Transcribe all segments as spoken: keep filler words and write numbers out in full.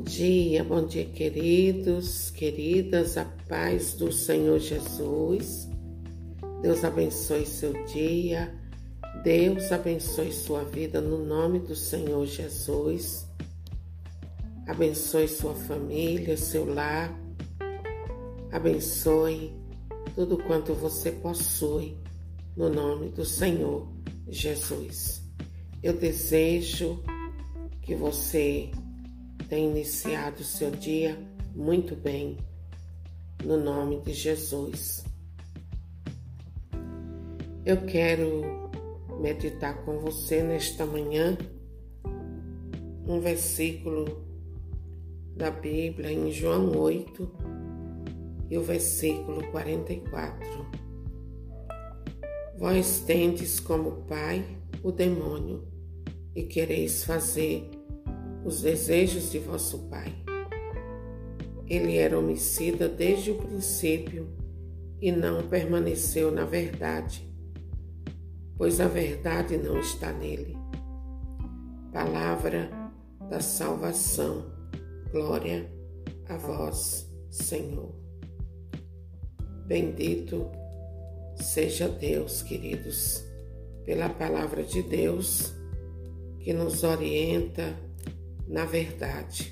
dia, bom dia, queridos, queridas, a paz do Senhor Jesus. Deus abençoe seu dia, Deus abençoe sua vida no nome do Senhor Jesus. Abençoe sua família, seu lar, abençoe tudo quanto você possui no nome do Senhor Jesus. Eu desejo que você tenha iniciado o seu dia muito bem, no nome de Jesus. Eu quero meditar com você nesta manhã um versículo da Bíblia em João oito e o versículo quarenta e quatro. Vós tendes como pai o demônio e quereis fazer os desejos de vosso pai. Ele era homicida desde o princípio e não permaneceu na verdade, pois a verdade não está nele. Palavra da salvação. Glória a vós, Senhor. Bendito seja Deus, queridos, pela palavra de Deus que nos orienta na verdade.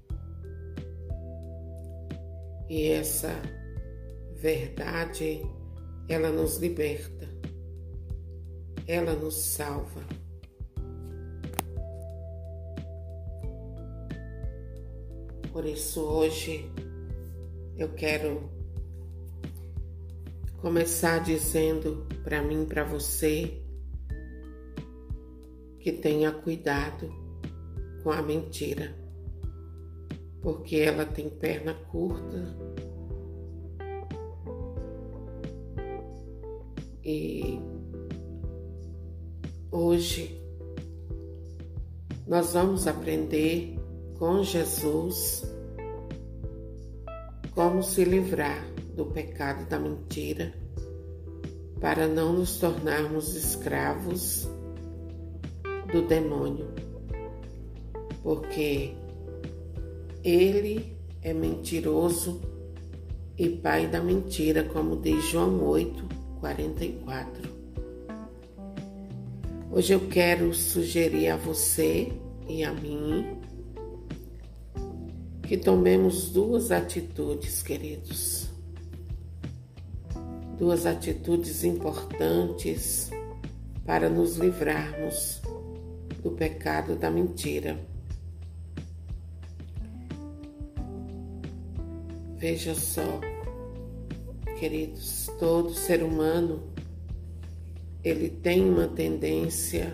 E essa verdade, ela nos liberta, ela nos salva. Por isso hoje eu quero começar dizendo para mim, para você, que tenha cuidado com a mentira, porque ela tem perna curta e hoje nós vamos aprender com Jesus como se livrar do pecado da mentira para não nos tornarmos escravos do demônio, porque ele é mentiroso e pai da mentira, como diz João oito, quarenta e quatro. Hoje eu quero sugerir a você e a mim que tomemos duas atitudes, queridos. Duas atitudes importantes para nos livrarmos do pecado da mentira. Veja só, queridos, todo ser humano, ele tem uma tendência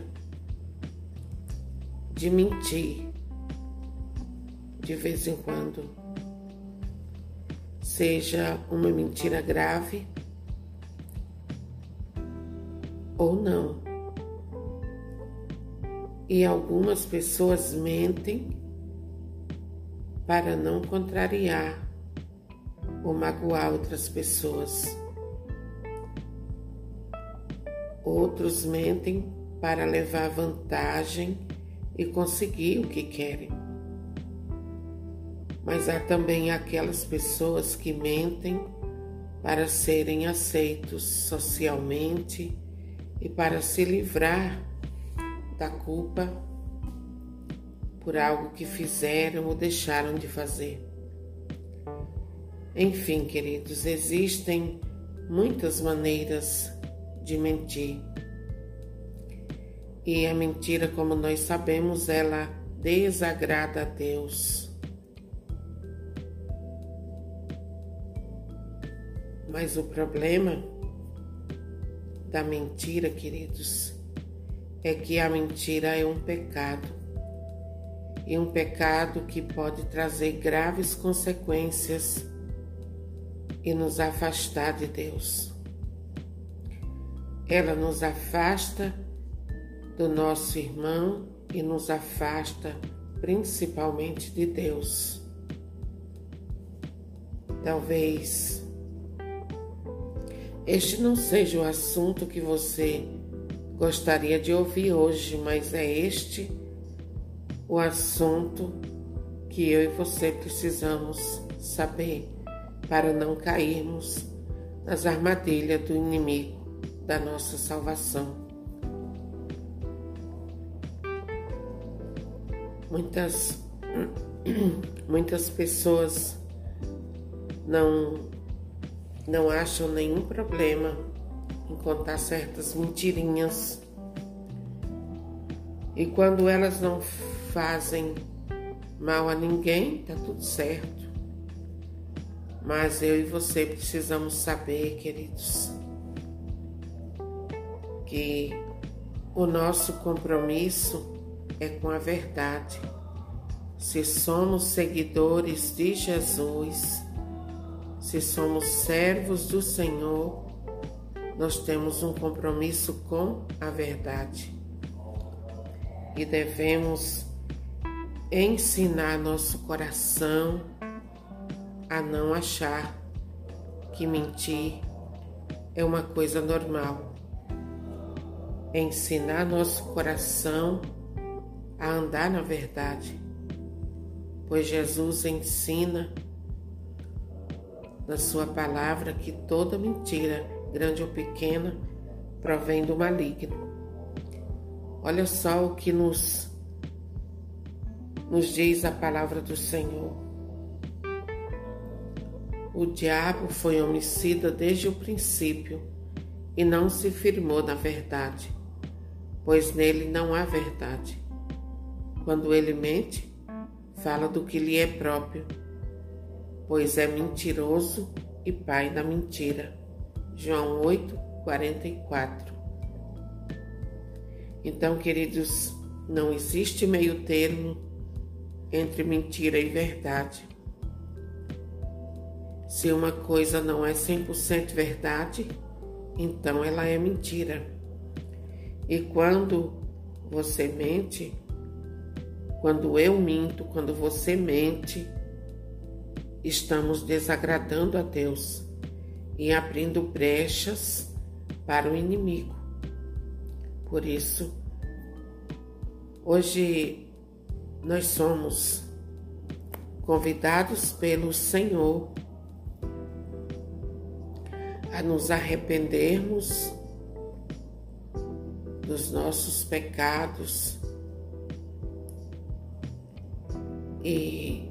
de mentir de vez em quando, seja uma mentira grave ou não. E algumas pessoas mentem para não contrariar ou magoar outras pessoas. Outros mentem para levar vantagem e conseguir o que querem. Mas há também aquelas pessoas que mentem para serem aceitos socialmente e para se livrar da culpa por algo que fizeram ou deixaram de fazer. Enfim, queridos, existem muitas maneiras de mentir. E a mentira, como nós sabemos, ela desagrada a Deus. Mas o problema da mentira, queridos, é que a mentira é um pecado. E um pecado que pode trazer graves consequências e nos afastar de Deus. Ela nos afasta do nosso irmão e nos afasta principalmente de Deus. Talvez este não seja o assunto que você gostaria de ouvir hoje, mas é este o assunto que eu e você precisamos saber para não cairmos nas armadilhas do inimigo da nossa salvação. Muitas, muitas pessoas não, não acham nenhum problema em contar certas mentirinhas. E quando elas não fazem mal a ninguém, tá tudo certo. Mas eu e você precisamos saber, queridos, que o nosso compromisso é com a verdade. Se somos seguidores de Jesus, se somos servos do Senhor, nós temos um compromisso com a verdade. E devemos ensinar nosso coração a não achar que mentir é uma coisa normal. Ensinar nosso coração a andar na verdade, pois Jesus ensina na sua palavra que toda mentira, grande ou pequena, provém do maligno. Olha só o que nos, nos diz a palavra do Senhor. O diabo foi homicida desde o princípio e não se firmou na verdade, pois nele não há verdade. Quando ele mente, fala do que lhe é próprio, pois é mentiroso e pai da mentira. João oito, quarenta e quatro. Então, queridos, não existe meio termo entre mentira e verdade. Se uma coisa não é cem por cento verdade, então ela é mentira. E quando você mente, quando eu minto, quando você mente, estamos desagradando a Deus e abrindo brechas para o inimigo. Por isso, hoje nós somos convidados pelo Senhor a nos arrependermos dos nossos pecados e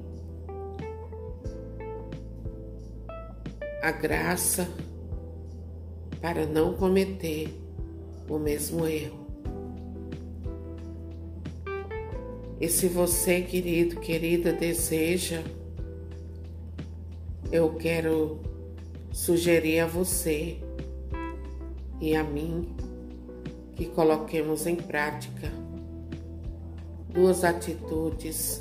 a graça para não cometer o mesmo erro. E se você, querido, querida, deseja, eu quero sugerir a você e a mim que coloquemos em prática duas atitudes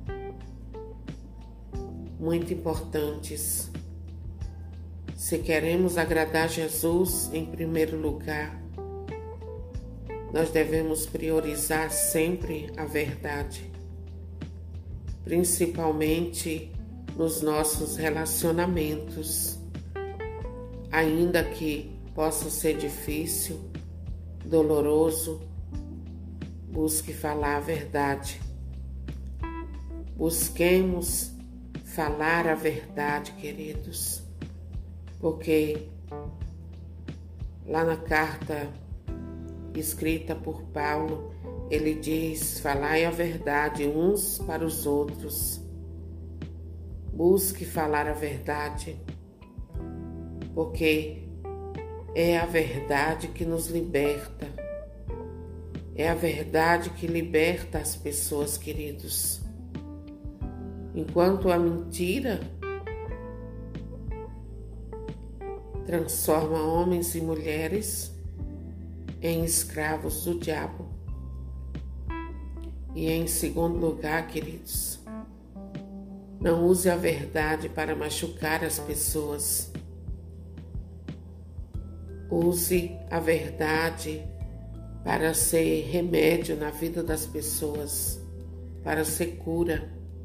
muito importantes. Se queremos agradar Jesus em primeiro lugar, nós devemos priorizar sempre a verdade, principalmente nos nossos relacionamentos, ainda que possa ser difícil, doloroso, busque falar a verdade. Busquemos falar a verdade, queridos, porque lá na carta escrita por Paulo, ele diz: falai a verdade uns para os outros. Busque falar a verdade, porque é a verdade que nos liberta. É a verdade que liberta as pessoas, queridos. Enquanto a mentira transforma homens e mulheres em escravos do diabo. E em segundo lugar, queridos, não use a verdade para machucar as pessoas. Use a verdade para ser remédio na vida das pessoas, para ser cura.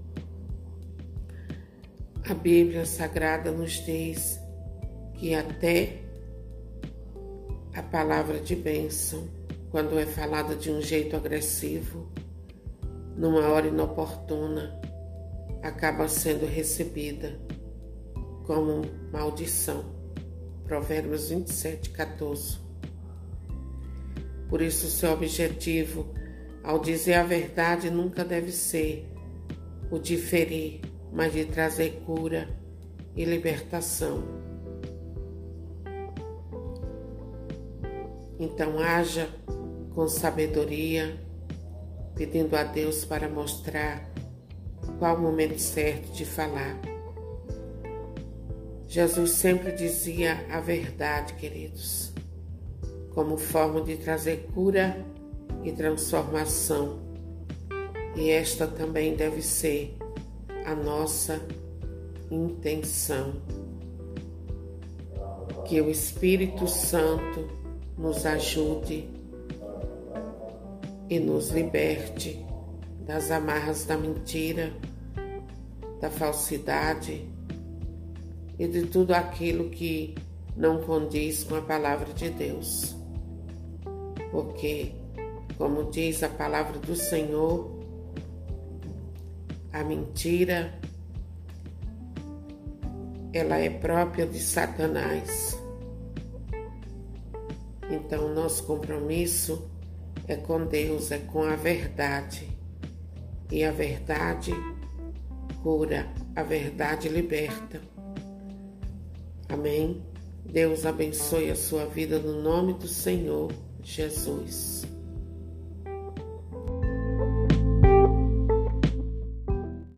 A Bíblia Sagrada nos diz que até a palavra de bênção, quando é falada de um jeito agressivo, numa hora inoportuna, acaba sendo recebida como maldição. Provérbios vinte e sete, quatorze. Por isso, seu objetivo ao dizer a verdade nunca deve ser o de ferir, mas de trazer cura e libertação. Então, haja com sabedoria, pedindo a Deus para mostrar qual o momento certo de falar. Jesus sempre dizia a verdade, queridos, como forma de trazer cura e transformação. E esta também deve ser a nossa intenção. Que o Espírito Santo nos ajude e nos liberte das amarras da mentira, da falsidade e de tudo aquilo que não condiz com a palavra de Deus. Porque, como diz a palavra do Senhor, a mentira, ela é própria de Satanás. Então, nosso compromisso é com Deus, é com a verdade. E a verdade cura, a verdade liberta. Amém? Deus abençoe a sua vida no nome do Senhor Jesus.